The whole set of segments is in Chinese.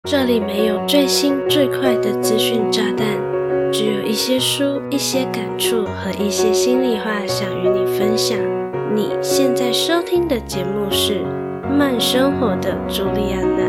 这里没有最新最快的资讯炸弹，只有一些书、一些感触和一些心里话想与你分享。你现在收听的节目是《慢生活的朱莉安娜》。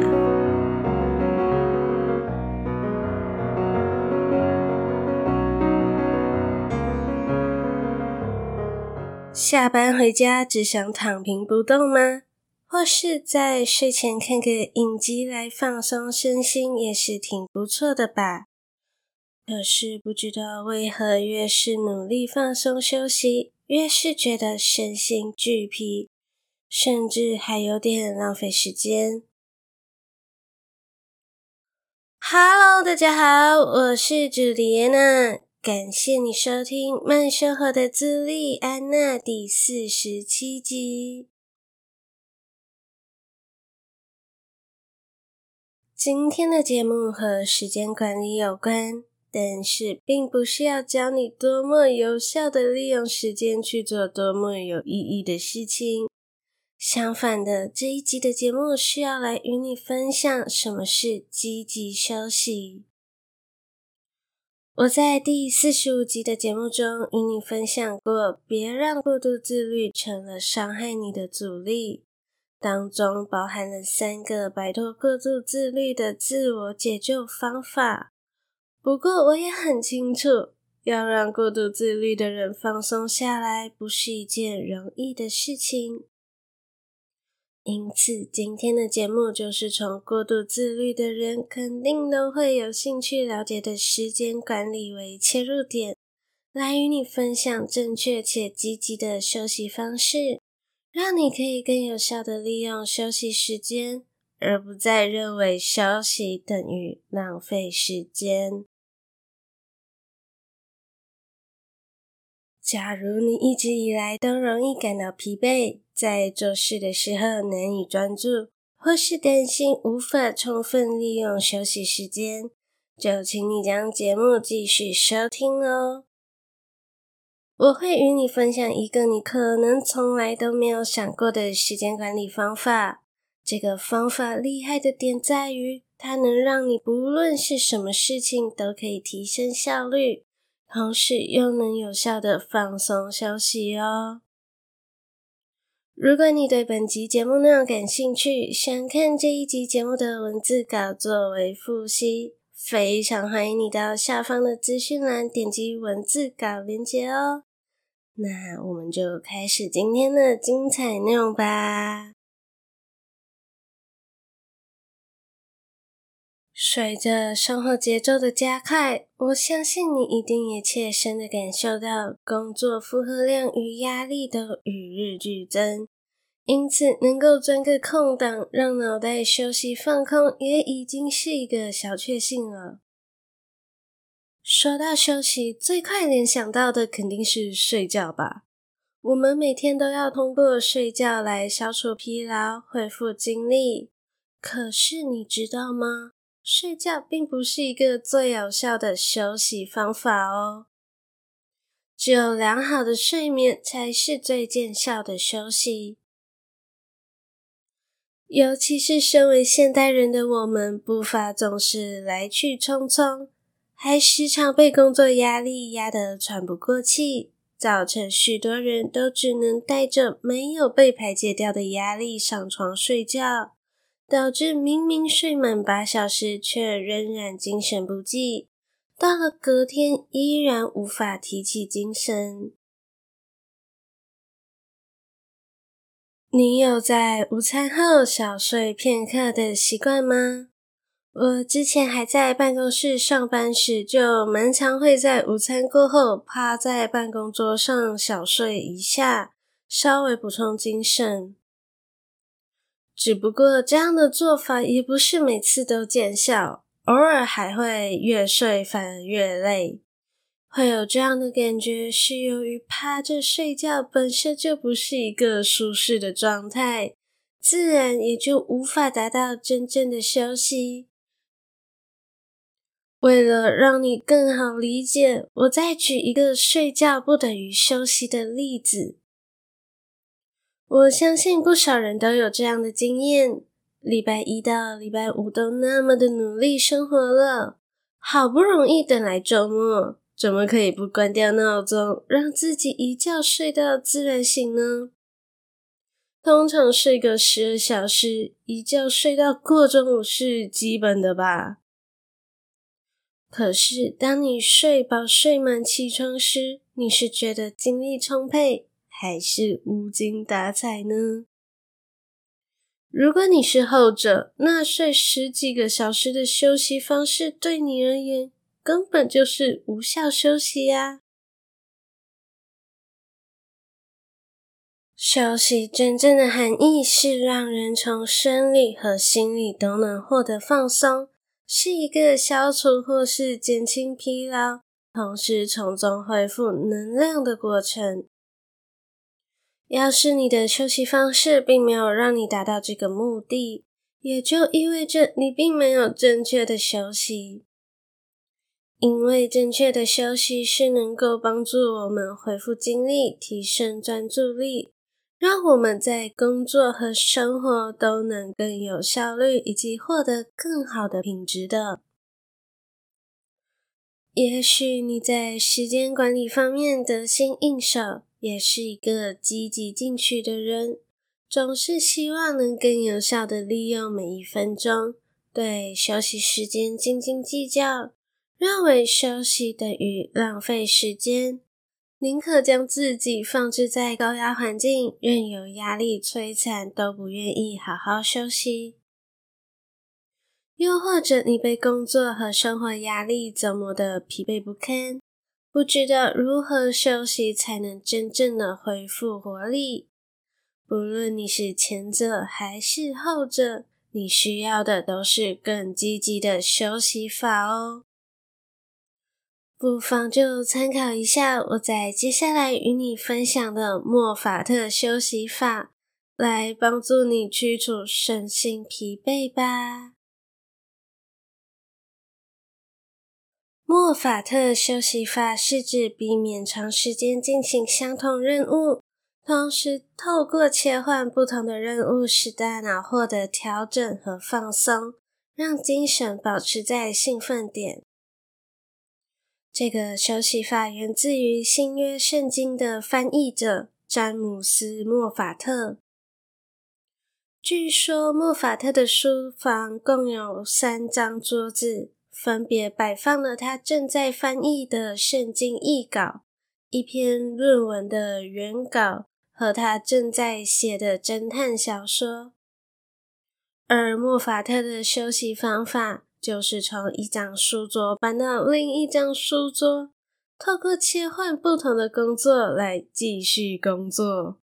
下班回家只想躺平不动吗？或是在睡前看个影集来放松身心也是挺不错的吧。可是不知道为何越是努力放松休息，越是觉得身心俱疲，甚至还有点浪费时间。Hello， 大家好，我是朱莉安娜，感谢你收听《慢生活的朱莉安娜》第47集。今天的节目和时间管理有关，但是并不是要教你多么有效的利用时间去做多么有意义的事情。相反的，这一集的节目是要来与你分享什么是积极休息。我在第45集的节目中与你分享过，别让过度自律成了伤害你的阻力。当中包含了3个摆脱过度自律的自我解救方法。不过我也很清楚，要让过度自律的人放松下来不是一件容易的事情。因此今天的节目就是从过度自律的人肯定都会有兴趣了解的时间管理为切入点，来与你分享正确且积极的休息方式，让你可以更有效地利用休息时间，而不再认为休息等于浪费时间。假如你一直以来都容易感到疲惫，在做事的时候难以专注，或是担心无法充分利用休息时间，就请你将节目继续收听哦。我会与你分享一个你可能从来都没有想过的时间管理方法。这个方法厉害的点在于，它能让你不论是什么事情都可以提升效率，同时又能有效的放松休息哦。如果你对本集节目内容感兴趣，想看这一集节目的文字稿作为复习，非常欢迎你到下方的资讯栏点击文字稿连结哦。那我们就开始今天的精彩内容吧。随着生活节奏的加快，我相信你一定也切身的感受到工作负荷量与压力都与日俱增，因此能够钻个空档让脑袋休息放空也已经是一个小确幸了。说到休息，最快联想到的肯定是睡觉吧。我们每天都要通过睡觉来消除疲劳，恢复精力。可是你知道吗？睡觉并不是一个最有效的休息方法哦。只有良好的睡眠才是最见效的休息。尤其是身为现代人的我们，步伐总是来去匆匆，还时常被工作压力压得喘不过气，造成许多人都只能带着没有被排解掉的压力上床睡觉，导致明明睡满8小时却仍然精神不济，到了隔天依然无法提起精神。你有在午餐后小睡片刻的习惯吗？我之前还在办公室上班时，就蛮常会在午餐过后趴在办公桌上小睡一下，稍微补充精神。只不过这样的做法也不是每次都见效，偶尔还会越睡反而越累。会有这样的感觉是由于趴着睡觉本身就不是一个舒适的状态，自然也就无法达到真正的休息。为了让你更好理解，我再举一个睡觉不等于休息的例子。我相信不少人都有这样的经验， 礼拜一到礼拜五都那么的努力生活了，好不容易等来周末，怎么可以不关掉闹钟，让自己一觉睡到自然醒呢？通常睡个12小时，一觉睡到过中午是基本的吧。可是当你睡饱睡满起床时，你是觉得精力充沛，还是无精打采呢？如果你是后者，那睡10几个小时的休息方式对你而言，根本就是无效休息啊。休息真正的含义是让人从生理和心理都能获得放松，是一个消除或是减轻疲劳，同时从中恢复能量的过程。要是你的休息方式并没有让你达到这个目的，也就意味着你并没有正确的休息。因为正确的休息是能够帮助我们恢复精力，提升专注力，让我们在工作和生活都能更有效率，以及获得更好的品质的。也许你在时间管理方面得心应手，也是一个积极进取的人，总是希望能更有效地利用每一分钟，对休息时间斤斤计较，认为休息等于浪费时间，宁可将自己放置在高压环境，任由压力摧残，都不愿意好好休息。又或者你被工作和生活压力折磨得疲惫不堪，不知道如何休息才能真正的恢复活力。不论你是前者还是后者，你需要的都是更积极的休息法哦。不妨就参考一下我在接下来与你分享的莫法特休息法，来帮助你驱除身心疲惫吧。莫法特休息法是指避免长时间进行相同任务，同时透过切换不同的任务，使大脑获得调整和放松，让精神保持在兴奋点。这个休息法源自于新约圣经的翻译者詹姆斯·莫法特。据说莫法特的书房共有3张桌子，分别摆放了他正在翻译的圣经译稿、一篇论文的原稿和他正在写的侦探小说。而莫法特的休息方法就是从一张书桌搬到另一张书桌，透过切换不同的工作来继续工作。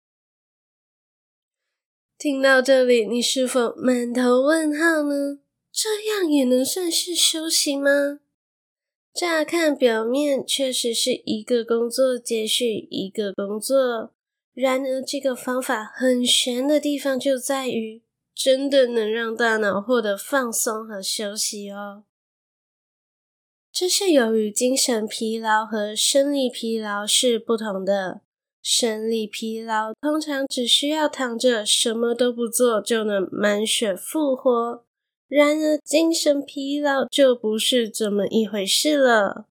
听到这里，你是否满头问号呢？这样也能算是休息吗？乍看表面确实是一个工作接续一个工作，然而这个方法很玄的地方就在于，真的能让大脑获得放松和休息哦。这是由于精神疲劳和生理疲劳是不同的。生理疲劳通常只需要躺着什么都不做就能满血复活，然而精神疲劳就不是这么一回事了。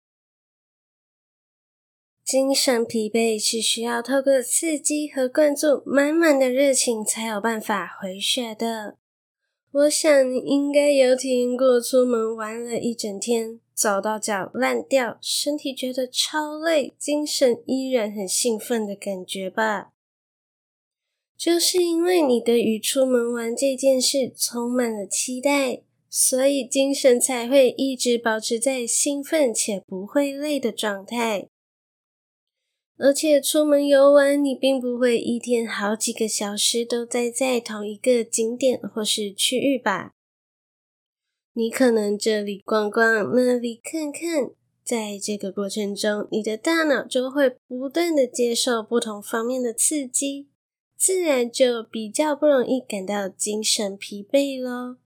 精神疲惫是需要透过刺激和灌注满满的热情才有办法回血的。我想你应该有体验过出门玩了一整天，走到脚烂掉，身体觉得超累，精神依然很兴奋的感觉吧。就是因为你对于出门玩这件事充满了期待，所以精神才会一直保持在兴奋且不会累的状态。而且出门游玩，你并不会一天好几个小时都待在同一个景点或是区域吧。你可能这里逛逛，那里看看，在这个过程中，你的大脑就会不断的接受不同方面的刺激，自然就比较不容易感到精神疲惫咯。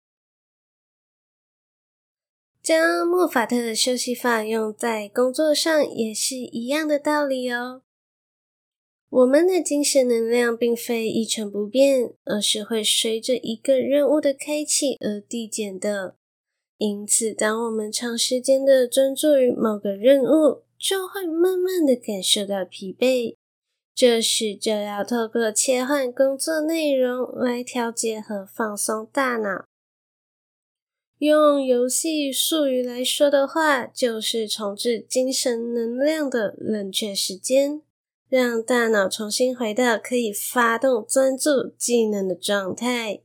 将莫法特的休息法用在工作上也是一样的道理哦。 我们的精神能量并非一成不变，而是会随着一个任务的开启而递减的。因此，当我们长时间的专注于某个任务，就会慢慢的感受到疲惫。这时就要透过切换工作内容来调节和放松大脑。用游戏术语来说的话，就是重置精神能量的冷却时间，让大脑重新回到可以发动专注技能的状态。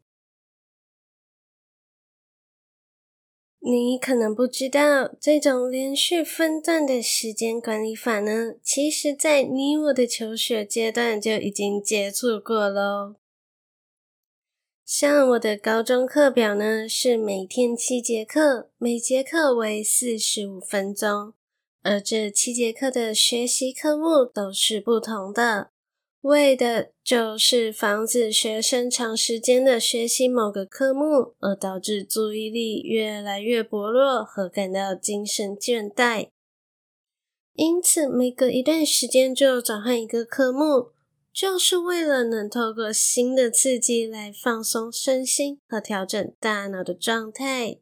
你可能不知道，这种连续分段的时间管理法呢，其实在你我的求学阶段就已经接触过咯。像我的高中课表呢，是每天7节课，每节课为45分钟，而这7节课的学习科目都是不同的，为的就是防止学生长时间的学习某个科目，而导致注意力越来越薄弱和感到精神倦怠。因此，每隔一段时间就转换一个科目，就是为了能透过新的刺激来放松身心和调整大脑的状态。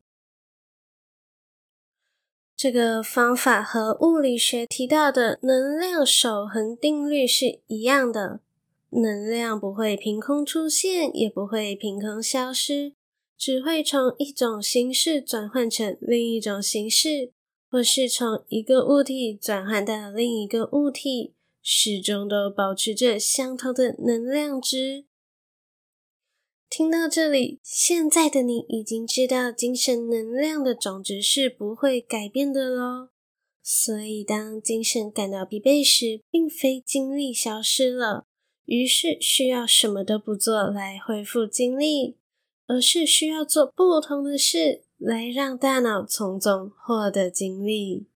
这个方法和物理学提到的能量守恒定律是一样的，能量不会凭空出现，也不会凭空消失，只会从一种形式转换成另一种形式，或是从一个物体转换到另一个物体，始终都保持着相同的能量值。听到这里，现在的你已经知道精神能量的总值是不会改变的咯。所以当精神感到疲惫时，并非精力消失了，于是需要什么都不做来恢复精力，而是需要做不同的事来让大脑从中获得精力。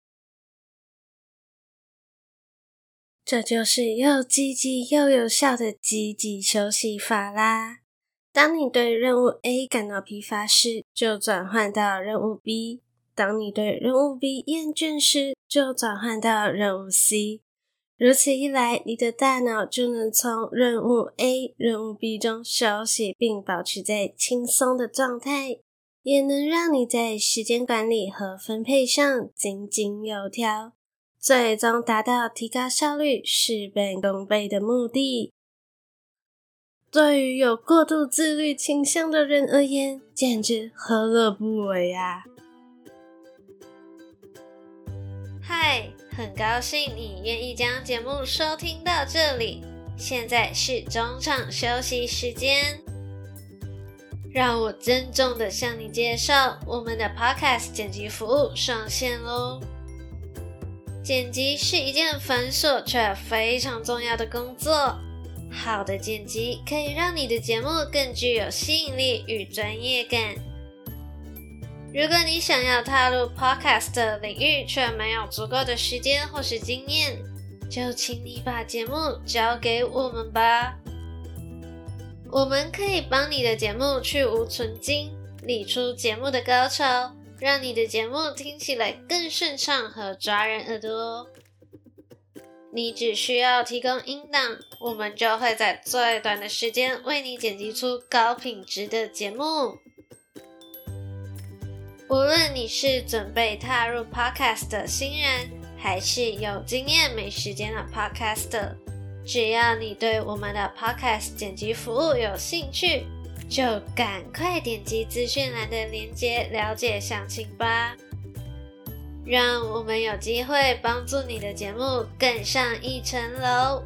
这就是又积极又有效的积极休息法啦。当你对任务 A 感到疲乏时，就转换到任务 B； 当你对任务 B 厌倦时，就转换到任务 C。如此一来，你的大脑就能从任务 A、任务 B 中休息，并保持在轻松的状态，也能让你在时间管理和分配上井井有条，最终达到提高效率、事半功倍的目的。对于有过度自律倾向的人而言，简直何乐不为啊！嗨，很高兴你愿意将节目收听到这里，现在是中场休息时间。让我郑重地向你介绍，我们的 Podcast 剪辑服务上线咯。剪辑是一件繁琐却非常重要的工作，好的剪辑可以让你的节目更具有吸引力与专业感。如果你想要踏入 Podcast 的领域却没有足够的时间或是经验，就请你把节目交给我们吧。我们可以帮你的节目去无存菁，理出节目的高潮，让你的节目听起来更顺畅和抓人耳朵。你只需要提供音档，我们就会在最短的时间为你剪辑出高品质的节目。无论你是准备踏入 Podcast 的新人，还是有经验没时间的 Podcaster， 只要你对我们的 Podcast 剪辑服务有兴趣，就赶快点击资讯栏的连结了解详情吧。让我们有机会帮助你的节目更上一层楼。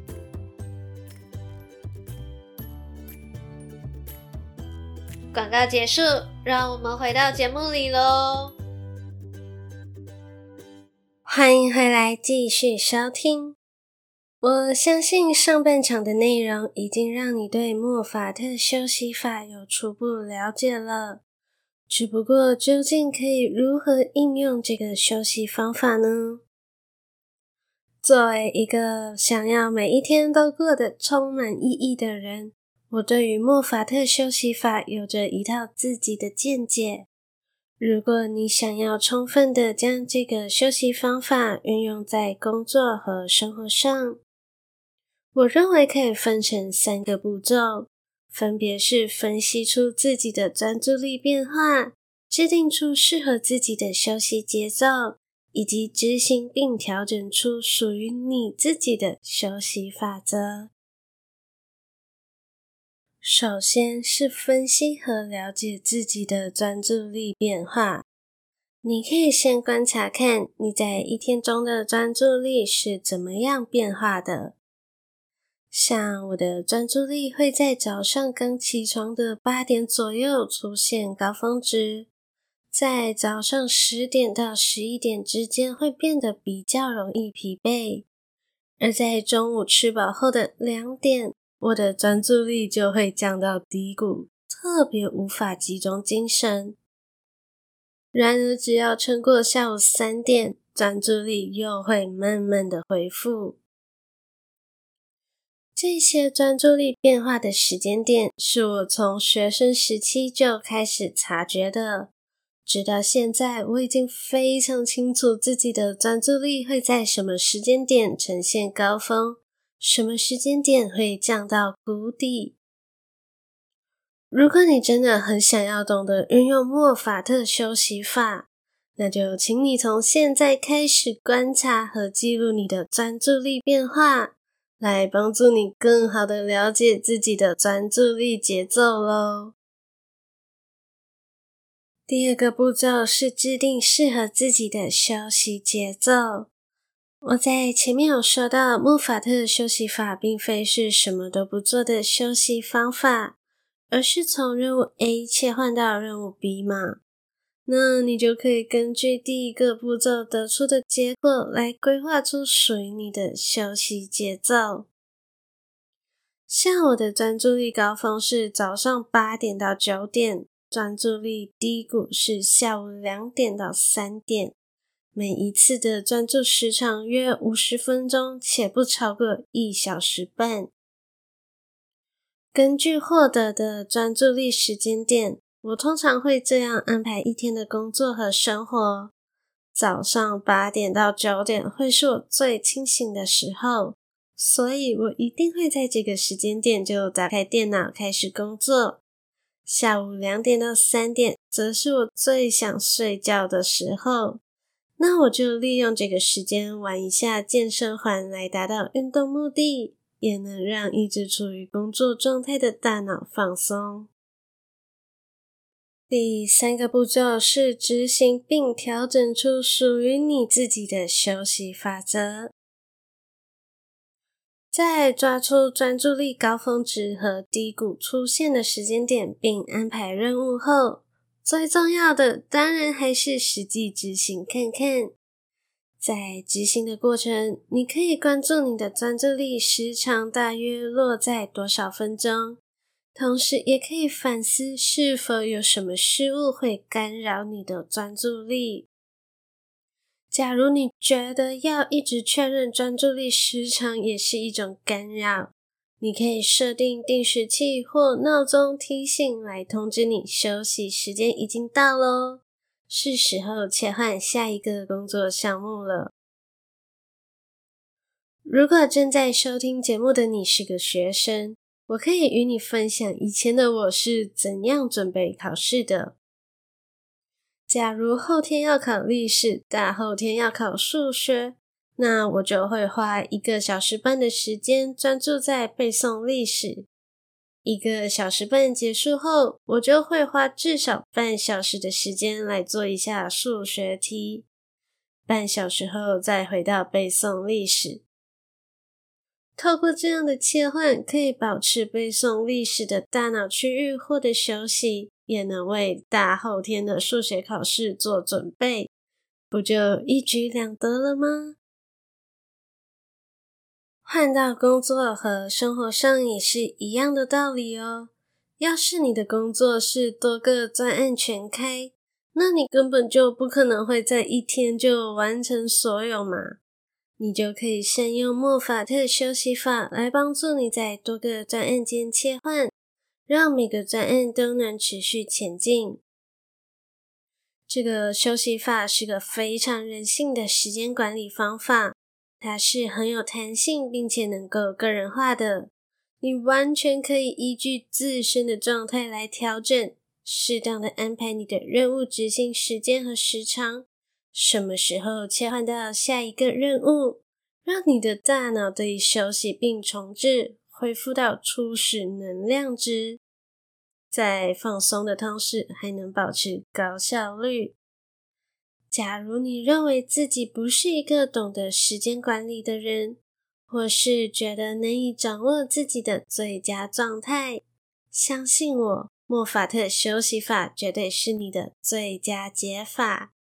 广告结束，让我们回到节目里咯。欢迎回来继续收听。我相信上半场的内容已经让你对莫法特休息法有初步了解了。只不过究竟可以如何应用这个休息方法呢？作为一个想要每一天都过得充满意义的人，我对于莫法特休息法有着一套自己的见解。如果你想要充分的将这个休息方法运用在工作和生活上， 我认为可以分成3个步骤，分别是分析出自己的专注力变化，制定出适合自己的休息节奏，以及执行并调整出属于你自己的休息法则。首先是分析和了解自己的专注力变化。你可以先观察看你在一天中的专注力是怎么样变化的。像我的专注力会在早上刚起床的8点左右出现高峰值，在早上10点到11点之间会变得比较容易疲惫，而在中午吃饱后的2点，我的专注力就会降到低谷，特别无法集中精神。然而只要撑过下午3点，专注力又会慢慢的恢复。这些专注力变化的时间点是我从学生时期就开始察觉的，直到现在我已经非常清楚自己的专注力会在什么时间点呈现高峰，什么时间点会降到谷底。如果你真的很想要懂得运用莫法特休息法，那就请你从现在开始观察和记录你的专注力变化，来帮助你更好的了解自己的专注力节奏咯。第2个步骤是制定适合自己的休息节奏。我在前面有说到，莫法特休息法并非是什么都不做的休息方法，而是从任务 A 切换到任务 B 嘛。那你就可以根据第1个步骤得出的结果来规划出属于你的休息节奏。像我的专注力高峰是早上8点到9点，专注力低谷是下午2点到3点，每一次的专注时长约50分钟，且不超过1小时半。根据获得的专注力时间点，我通常会这样安排一天的工作和生活。早上8点到9点会是我最清醒的时候，所以我一定会在这个时间点就打开电脑开始工作。下午2点到3点则是我最想睡觉的时候，那我就利用这个时间玩一下健身环来达到运动目的，也能让一直处于工作状态的大脑放松。第3个步骤是执行并调整出属于你自己的休息法则。在抓出专注力高峰值和低谷出现的时间点并安排任务后，最重要的当然还是实际执行看看。在执行的过程，你可以关注你的专注力时长大约落在多少分钟，同时也可以反思是否有什么事物会干扰你的专注力。假如你觉得要一直确认专注力时长也是一种干扰，你可以设定定时器或闹钟提醒来通知你休息时间已经到咯，是时候切换下一个工作项目了。如果正在收听节目的你是个学生，我可以与你分享以前的我是怎样准备考试的。假如后天要考历史，大后天要考数学，那我就会花1个小时半的时间专注在背诵历史。1个小时半结束后，我就会花至少半小时的时间来做一下数学题，半小时后再回到背诵历史。透过这样的切换，可以保持背诵历史的大脑区域获得休息，也能为大后天的数学考试做准备，不就一举两得了吗？换到工作和生活上也是一样的道理哦。要是你的工作是多个专案全开，那你根本就不可能会在一天就完成所有嘛。你就可以善用莫法特休息法来帮助你在多个专案间切换，让每个专案都能持续前进。这个休息法是个非常人性的时间管理方法， 它是很有弹性并且能够个人化的，你完全可以依据自身的状态来调整，适当的安排你的任务执行时间和时长，什么时候切换到下一个任务，让你的大脑得以休息并重置，恢复到初始能量值，在放松的同时还能保持高效率。假如你认为自己不是一个懂得时间管理的人，或是觉得难以掌握自己的最佳状态，相信我，莫法特休息法绝对是你的最佳解法。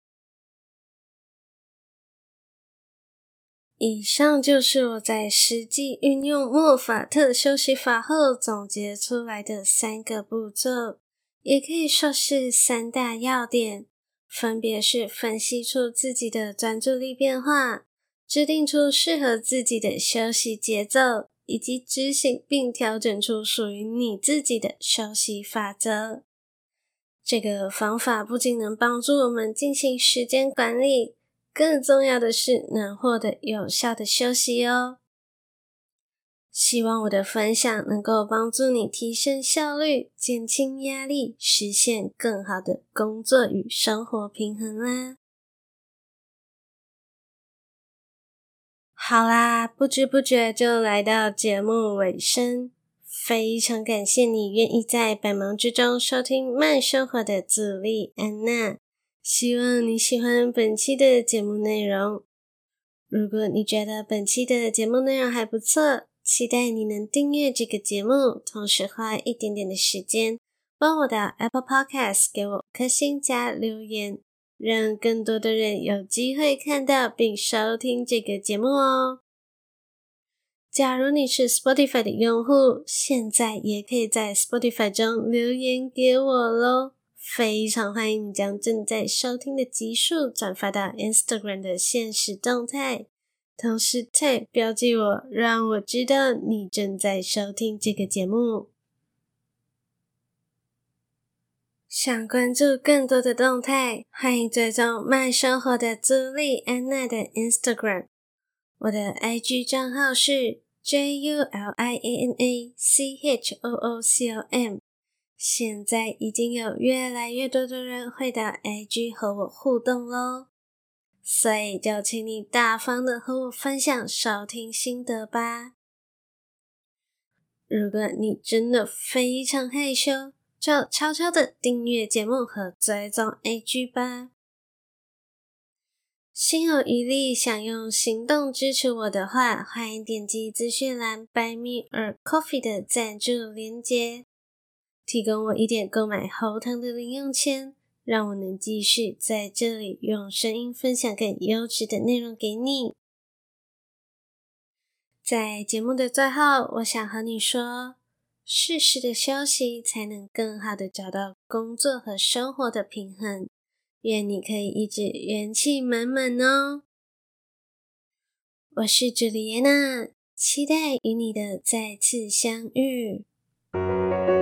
以上就是我在实际运用莫法特休息法后总结出来的3个步骤，也可以说是3大要点，分别是分析出自己的专注力变化，制定出适合自己的休息节奏，以及执行并调整出属于你自己的休息法则。这个方法不仅能帮助我们进行时间管理，更重要的是能获得有效的休息哦。希望我的分享能够帮助你提升效率，减轻压力，实现更好的工作与生活平衡啦。好啦，不知不觉就来到节目尾声，非常感谢你愿意在百忙之中收听慢生活的主力安娜，希望你喜欢本期的节目内容。如果你觉得本期的节目内容还不错，期待你能订阅这个节目，同时花一点点的时间帮我到 Apple Podcast 给我5颗星加留言，让更多的人有机会看到并收听这个节目哦。假如你是 Spotify 的用户，现在也可以在 Spotify 中留言给我咯，非常欢迎你将正在收听的集数转发到 Instagram 的限时动态，同时 tag 标记我，让我知道你正在收听这个节目。想关注更多的动态，欢迎追踪慢生活的朱莉安娜的 Instagram， 我的 IG 账号是 JULIANACHOOCOM， 现在已经有越来越多的人会到 IG 和我互动咯，所以就请你大方的和我分享收听心得吧。如果你真的非常害羞，就悄悄的订阅节目和追踪 IG 吧。心有余力想用行动支持我的话，欢迎点击资讯栏 Buy Me a Coffee 的赞助连结，提供我一点购买喉糖的零用钱，让我能继续在这里用声音分享更优质的内容给你。在节目的最后，我想和你说，适时的休息才能更好的找到工作和生活的平衡，愿你可以一直元气满满哦。我是朱莉安娜，期待与你的再次相遇。